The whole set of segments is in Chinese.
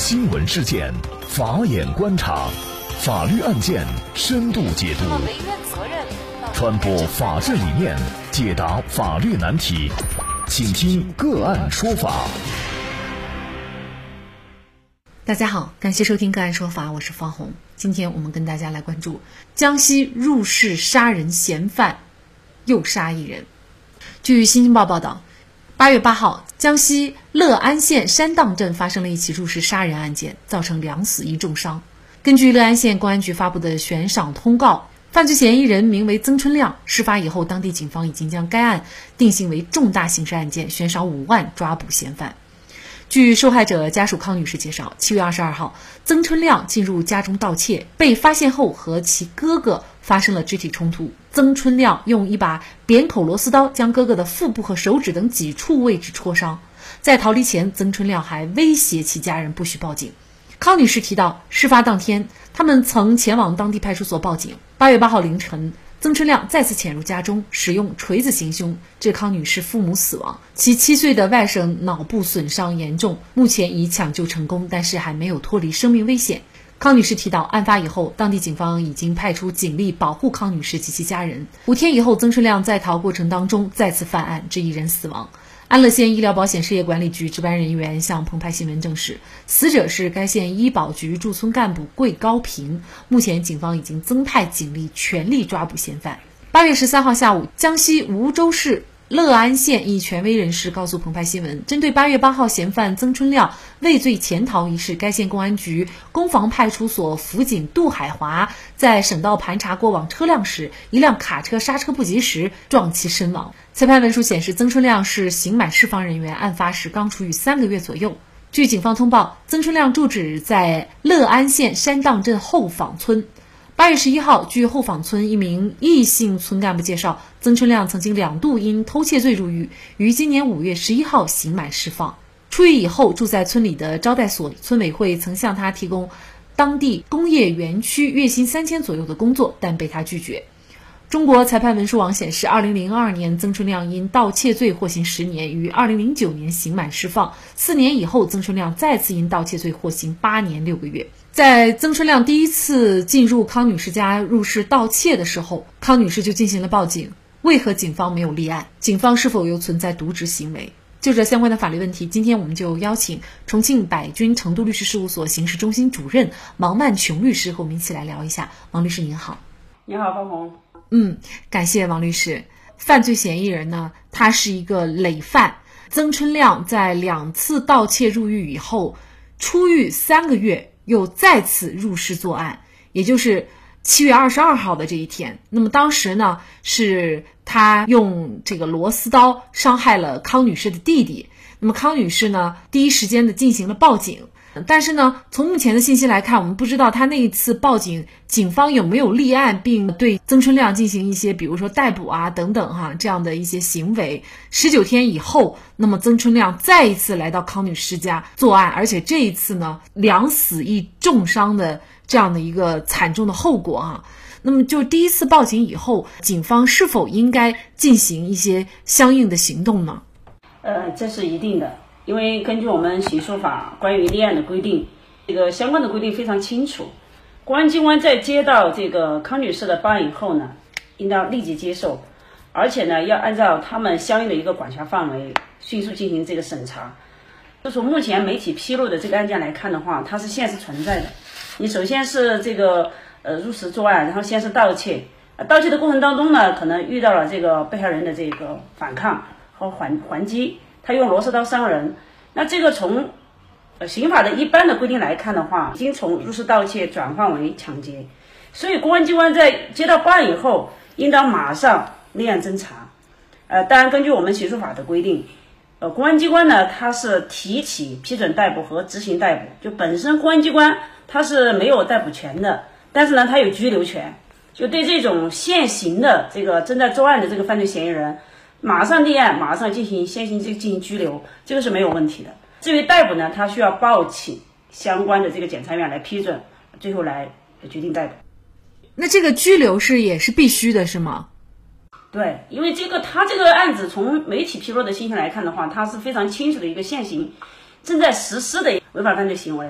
新闻事件，法眼观察，法律案件深度解读，传播法治理念，解答法律难题，请听个案说法。 大家好，感谢收听个案说法，我是方红。今天我们跟大家来关注江西入室杀人嫌犯又杀一人。据新京报报道，8月8号，江西乐安县山荡镇发生了一起入室杀人案件，造成2死1重伤。根据乐安县公安局发布的悬赏通告，犯罪嫌疑人名为曾春亮。事发以后，当地警方已经将该案定性为重大刑事案件，悬赏5万抓捕嫌犯。据受害者家属康女士介绍，7月22号，曾春亮进入家中盗窃，被发现后和其哥哥发生了肢体冲突。曾春亮用一把扁口螺丝刀将哥哥的腹部和手指等几处位置戳伤。在逃离前，曾春亮还威胁其家人不许报警。康女士提到，事发当天，他们曾前往当地派出所报警。8月8号凌晨，曾春亮再次潜入家中，使用锤子行凶，致康女士父母死亡。其7岁的外甥脑部损伤严重，目前已抢救成功，但是还没有脱离生命危险。康女士提到，案发以后，当地警方已经派出警力保护康女士及其家人。5天以后，曾春亮在逃过程当中再次犯案，致1人死亡。安乐县医疗保险事业管理局值班人员向澎湃新闻证实，死者是该县医保局驻村干部桂高平。目前警方已经增派警力，全力抓捕嫌犯。8月13号下午，江西梧州市乐安县一权威人士告诉澎湃新闻，针对8月8号嫌犯曾春亮畏罪潜逃一事，该县公安局攻防派出所辅警杜海华在省道盘查过往车辆时，一辆卡车刹车不及时撞其身亡。裁判文书显示，曾春亮是刑满释放人员，案发时刚出狱3个月左右。据警方通报，曾春亮住址在乐安县山荡镇后坊村。8月11号，据后坊村一名异姓村干部介绍，曾春亮曾经2度因偷窃罪入狱，于今年5月11号刑满释放。出狱以后，住在村里的招待所，村委会曾向他提供当地工业园区月薪3000左右的工作，但被他拒绝。中国裁判文书网显示，2002年曾春亮因盗窃罪获刑10年，于2009年刑满释放。4年以后，曾春亮再次因盗窃罪获刑8年6个月。在曾春亮第一次进入康女士家入室盗窃的时候，康女士就进行了报警。为何警方没有立案？警方是否又存在渎职行为？就这相关的法律问题，今天我们就邀请重庆百君成都律师事务所刑事中心主任王万琼律师和我们一起来聊一下。王律师您好。 你好，方红。 感谢王律师。犯罪嫌疑人呢，他是一个累犯。曾春亮在2次盗窃入狱以后，出狱3个月，又再次入室作案，也就是7月22号的这一天。那么当时呢，是他用这个螺丝刀伤害了康女士的弟弟。那么康女士呢，第一时间的进行了报警。但是呢，从目前的信息来看，我们不知道他那一次报警，警方有没有立案，并对曾春亮进行一些比如说逮捕啊等等这样的一些行为。19天以后，那么曾春亮再一次来到康女士家作案，而且这一次呢，2死1重伤的这样的一个惨重的后果那么就第一次报警以后，警方是否应该进行一些相应的行动呢？ 这是一定的。因为根据我们刑诉法关于立案的规定，这个相关的规定非常清楚。公安机关在接到这个康女士的报案以后呢，应当立即接受，而且呢，要按照他们相应的一个管辖范围，迅速进行这个审查。就从目前媒体披露的这个案件来看的话，它是现实存在的。你首先是这个入室作案，然后先是盗窃，盗窃的过程当中呢，可能遇到了这个被害人的这个反抗和还击。他用螺丝刀伤人，那这个从刑法的一般的规定来看的话，已经从入室盗窃转换为抢劫，所以公安机关在接到报案以后，应当马上立案侦查。当然根据我们刑诉法的规定，公安机关呢，它是提起批准逮捕和执行逮捕，就本身公安机关它是没有逮捕权的，但是呢，它有拘留权，就对这种现行的这个正在作案的这个犯罪嫌疑人，马上立案，马上进行拘留，这个是没有问题的。至于逮捕呢，他需要报请相关的这个检察院来批准，最后来决定逮捕。 那这个拘留也是必须的，是吗？ 对，因为他这个案子从媒体披露的信息来看的话，它是非常清楚的一个现行正在实施的违法犯罪行为，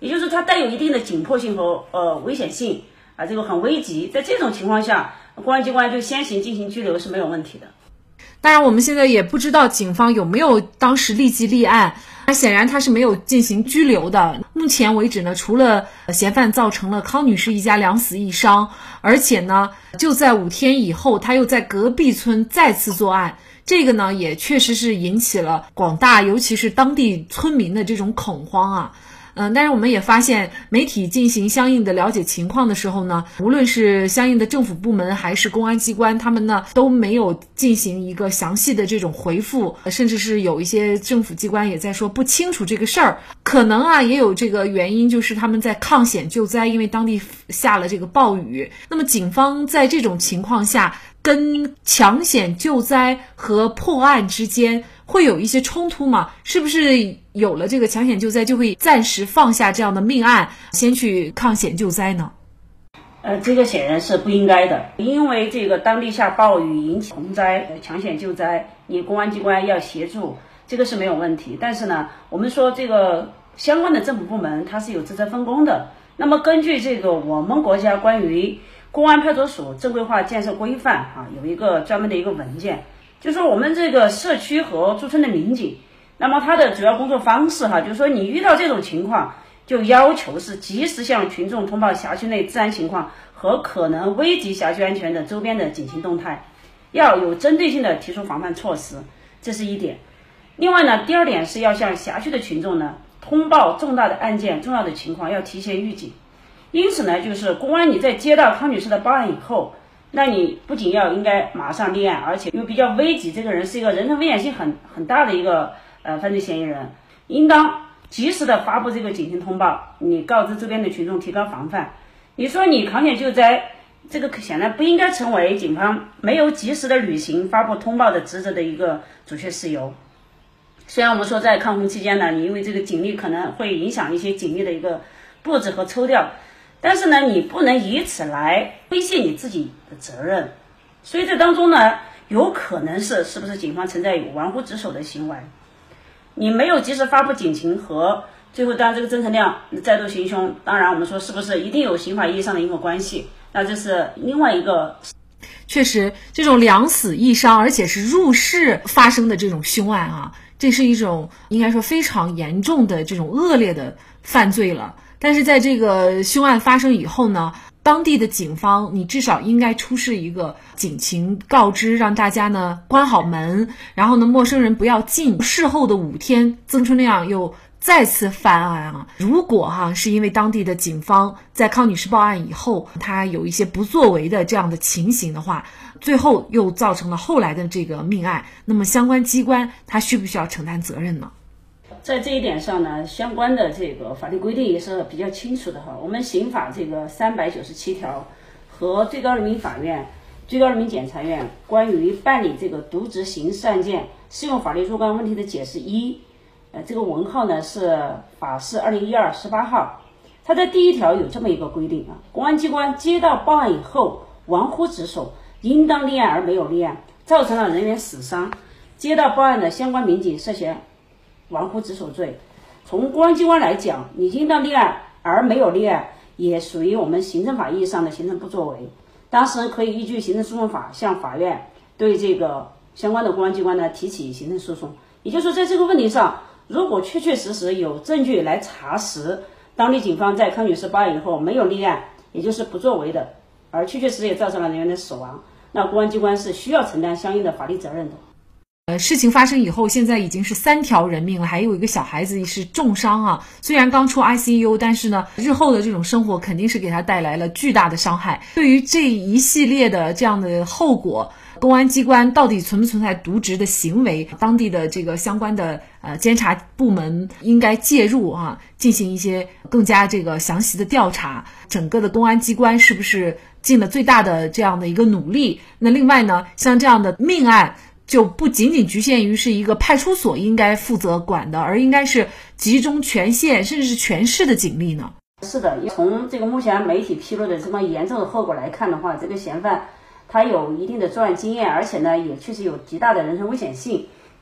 也就是它带有一定的紧迫性和危险性啊，这个很危急。在这种情况下，公安机关就先行进行拘留是没有问题的。 当然，我们现在也不知道警方有没有当时立即立案，那显然他是没有进行拘留的。目前为止呢，除了嫌犯造成了康女士一家2死1伤，而且呢，就在5天以后，他又在隔壁村再次作案。这个呢，也确实是引起了广大尤其是当地村民的这种恐慌啊。但是我们也发现，媒体进行相应的了解情况的时候呢，无论是相应的政府部门还是公安机关，他们呢都没有进行一个详细的这种回复，甚至是有一些政府机关也在说不清楚这个事儿。可能啊也有这个原因，就是他们在抗险救灾，因为当地下了这个暴雨。那么警方在这种情况下，跟抢险救灾和破案之间会有一些冲突吗？是不是有了这个抢险救灾就会暂时放下这样的命案，先去抗险救灾呢？ 这个显然是不应该的，因为这个当地下暴雨引起洪灾，抢险救灾，你公安机关要协助，这个是没有问题。但是呢，我们说这个相关的政府部门它是有职责分工的。那么根据这个我们国家关于公安派出所正规化建设规范有一个专门的一个文件，就是说我们这个社区和驻村的民警，那么他的主要工作方式就是说你遇到这种情况，就要求是及时向群众通报辖区内治安情况和可能危及辖区安全的周边的警情动态，要有针对性的提出防范措施，这是一点。另外呢，第二点是要向辖区的群众呢通报重大的案件、重要的情况，要提前预警。因此呢，就是公安你在接到康女士的报案以后，那你不仅应该马上立案，而且因为比较危急，这个人是一个人身危险性很大的一个犯罪嫌疑人，应当及时的发布这个警情通报，你告知周边的群众提高防范。你说你抗险救灾，这个显然不应该成为警方没有及时的履行发布通报的职责的一个主确事由。虽然我们说在抗洪期间呢，你因为这个警力可能会影响一些警力的一个布置和抽调，但是呢，你不能以此来推卸你自己的责任。所以这当中呢，有可能是不是警方存在有玩忽职守的行为，你没有及时发布警情，和最后当然这个曾成亮再度行凶，当然我们说是不是一定有刑法意义上的因果关系，那这是另外一个。 确实，这种2死1伤，而且是入室发生的这种凶案这是一种应该说非常严重的这种恶劣的犯罪了。但是在这个凶案发生以后呢，当地的警方你至少应该出示一个警情告知，让大家呢关好门，然后呢陌生人不要进。事后的5天，曾春亮又再次犯案如果是因为当地的警方在康女士报案以后，他有一些不作为的这样的情形的话，最后又造成了后来的这个命案，那么相关机关他需不需要承担责任呢？ 在这一点上呢，相关的这个法律规定也是比较清楚的我们刑法这个397条和最高人民法院、最高人民检察院关于办理这个渎职刑事案件适用法律若干问题的解释1，这个文号呢是法释2012 18号。它在第1条有这么一个规定公安机关接到报案以后玩忽职守，应当立案而没有立案，造成了人员死伤，接到报案的相关民警涉嫌玩忽职守罪，从公安机关来讲，你应当立案而没有立案，也属于我们行政法意义上的行政不作为。当事人可以依据行政诉讼法向法院对这个相关的公安机关呢提起行政诉讼。也就是说，在这个问题上，如果确确实实有证据来查实当地警方在康女士报案以后没有立案，也就是不作为的，而确确实实也造成了人员的死亡，那公安机关是需要承担相应的法律责任的。 事情发生以后，现在已经是3条人命了，还有一个小孩子是重伤虽然刚出 ICU， 但是呢，日后的这种生活肯定是给他带来了巨大的伤害。对于这一系列的这样的后果，公安机关到底存不存在渎职的行为，当地的这个相关的监察部门应该介入进行一些更加这个详细的调查。整个的公安机关是不是尽了最大的这样的一个努力？那另外呢，像这样的命案就不仅仅局限于是一个派出所应该负责管的，而应该是集中全县甚至是全市的警力呢？ 是的，从这个目前媒体披露的这么严重的后果来看的话，这个嫌犯他有一定的作案经验，而且呢也确实有极大的人身危险性。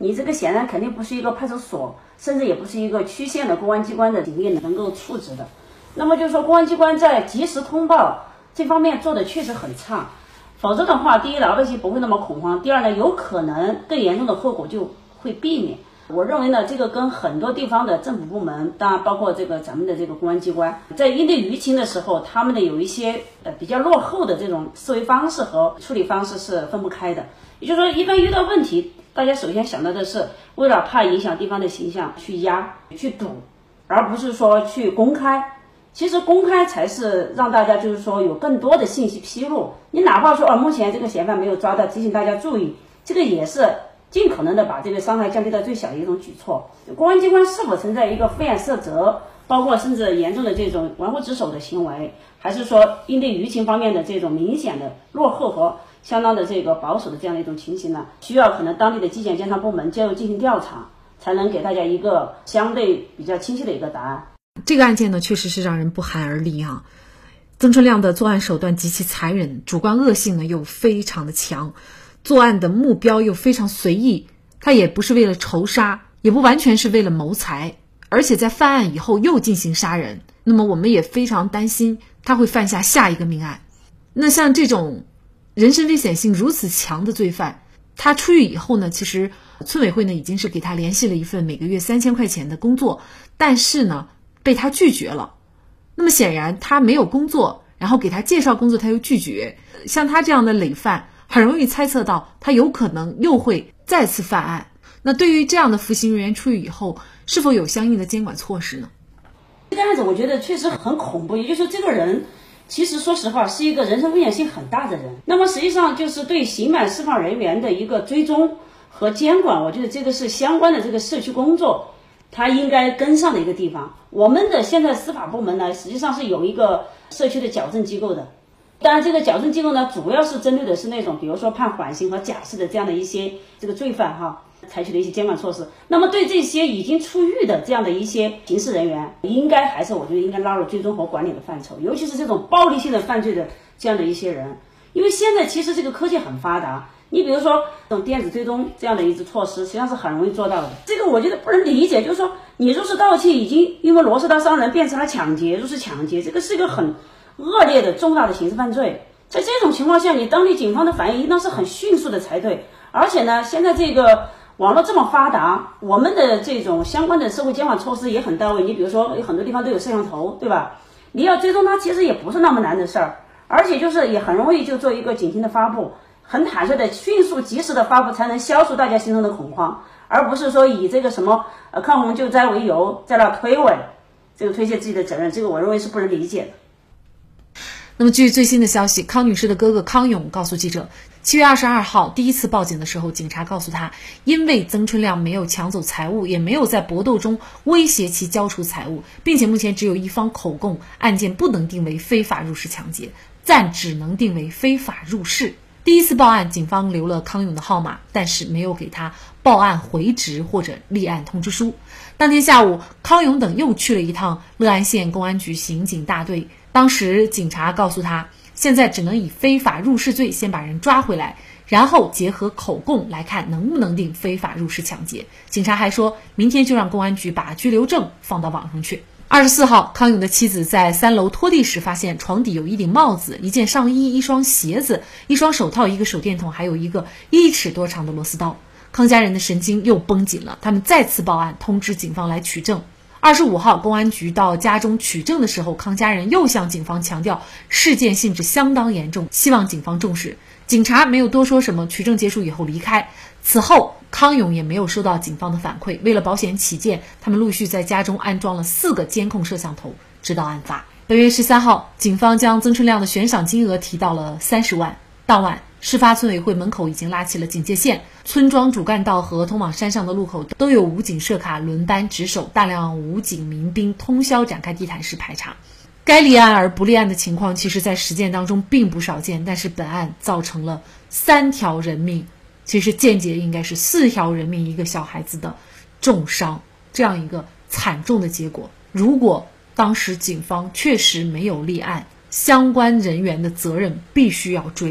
你这个显然肯定不是一个派出所，甚至也不是一个区县的公安机关的警力能够处置的。那么就是说，公安机关在及时通报这方面做的确实很差，否则的话，第一，老百姓不会那么恐慌；第二呢，有可能更严重的后果就会避免。我认为呢，这个跟很多地方的政府部门，当然包括这个咱们的这个公安机关，在应对舆情的时候，他们的有一些比较落后的这种思维方式和处理方式是分不开的。也就是说，一般遇到问题，大家首先想到的是为了怕影响地方的形象去压去堵，而不是说去公开。其实公开才是让大家就是说有更多的信息披露。你哪怕说目前这个嫌犯没有抓到，提醒大家注意，这个也是尽可能的把这个伤害降低到最小的一种举措。公安机关是否存在一个飞眼色责，包括甚至严重的这种玩忽职守的行为，还是说应对舆情方面的这种明显的落后和相当的这个保守的这样的一种情形呢？需要可能当地的纪检监察部门介入进行调查，才能给大家一个相对比较清晰的一个答案。 这个案件呢，确实是让人不寒而栗啊。曾春亮的作案手段极其残忍，主观恶性呢又非常的强，作案的目标又非常随意，他也不是为了仇杀，也不完全是为了谋财，而且在犯案以后又进行杀人。那么我们也非常担心他会犯下下一个命案。那像这种人身危险性如此强的罪犯，他出狱以后呢，其实村委会呢已经是给他联系了一份每个月3000块钱的工作，但是呢被他拒绝了。那么显然他没有工作，然后给他介绍工作他又拒绝，像他这样的累犯很容易猜测到他有可能又会再次犯案。那对于这样的服刑人员出狱以后，是否有相应的监管措施呢？ 这个案子我觉得确实很恐怖，也就是说这个人其实说实话是一个人身危险性很大的人。那么实际上就是对刑满释放人员的一个追踪和监管，我觉得这个是相关的这个社区工作它应该跟上的一个地方。我们的现在司法部门呢，实际上是有一个社区的矫正机构的。当然这个矫正机构呢，主要是针对的是那种比如说判缓刑和假释的这样的一些这个罪犯采取的一些监管措施。那么对这些已经出狱的这样的一些刑事人员，应该还是我觉得应该拉入追踪和管理的范畴，尤其是这种暴力性的犯罪的这样的一些人。因为现在其实这个科技很发达，你比如说这种电子追踪这样的一支措施，实际上是很容易做到的。这个我觉得不能理解，就是说你入室盗窃已经因为螺丝刀伤人变成了抢劫，入室抢劫，这个是一个很恶劣的重大的刑事犯罪。在这种情况下，你当地警方的反应应当是很迅速的才对。而且呢，现在这个网络这么发达，我们的这种相关的社会监管措施也很到位。你比如说有很多地方都有摄像头，对吧？你要追踪它其实也不是那么难的事儿，而且就是也很容易就做一个警情的发布，很坦率的迅速及时的发布，才能消除大家心中的恐慌，而不是说以这个什么抗洪救灾为由在那推诿，这个推卸自己的责任，这个我认为是不能理解的。 那么据最新的消息，康女士的哥哥康勇告诉记者，7月22号第一次报警的时候，警察告诉他，因为曾春亮没有抢走财物，也没有在搏斗中威胁其交出财物，并且目前只有一方口供，案件不能定为非法入室抢劫，暂只能定为非法入室。第一次报案，警方留了康勇的号码，但是没有给他报案回执或者立案通知书。当天下午，康勇等又去了一趟乐安县公安局刑警大队，当时警察告诉他，现在只能以非法入室罪先把人抓回来，然后结合口供来看能不能定非法入室抢劫。警察还说明天就让公安局把拘留证放到网上去。24号，康勇的妻子在3楼拖地时发现床底有一顶帽子、一件上衣、一双鞋子、一双手套、一个手电筒，还有一个1尺多长的螺丝刀。康家人的神经又绷紧了，他们再次报案，通知警方来取证。25号，公安局到家中取证的时候，康家人又向警方强调事件性质相当严重，希望警方重视。警察没有多说什么，取证结束以后离开。此后康勇也没有收到警方的反馈，为了保险起见，他们陆续在家中安装了4个监控摄像头，直到案发。本月13号，警方将曾春亮的悬赏金额提到了30万。当晚，事发村委会门口已经拉起了警戒线，村庄主干道和通往山上的路口都有武警设卡轮班值守，大量武警民兵通宵展开地毯式排查。该立案而不立案的情况，其实在实践当中并不少见，但是本案造成了3条人命，其实间接应该是4条人命，一个小孩子的重伤，这样一个惨重的结果。如果当时警方确实没有立案，相关人员的责任必须要追。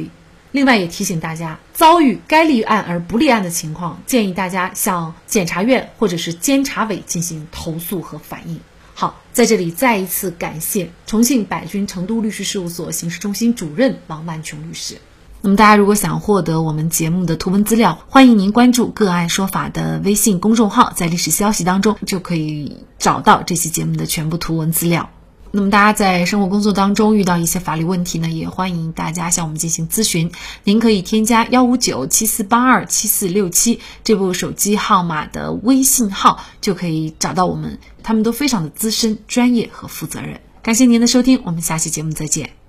另外也提醒大家，遭遇该立案而不立案的情况，建议大家向检察院或者是监察委进行投诉和反映。好，在这里再一次感谢重庆百君成都律师事务所刑事中心主任王万琼律师。那么大家如果想获得我们节目的图文资料，欢迎您关注个案说法的微信公众号，在历史消息当中就可以找到这期节目的全部图文资料。那么大家在生活工作当中遇到一些法律问题呢，也欢迎大家向我们进行咨询。您可以添加15974827467这部手机号码的微信号，就可以找到我们，他们都非常的资深、专业和负责任。感谢您的收听，我们下期节目再见。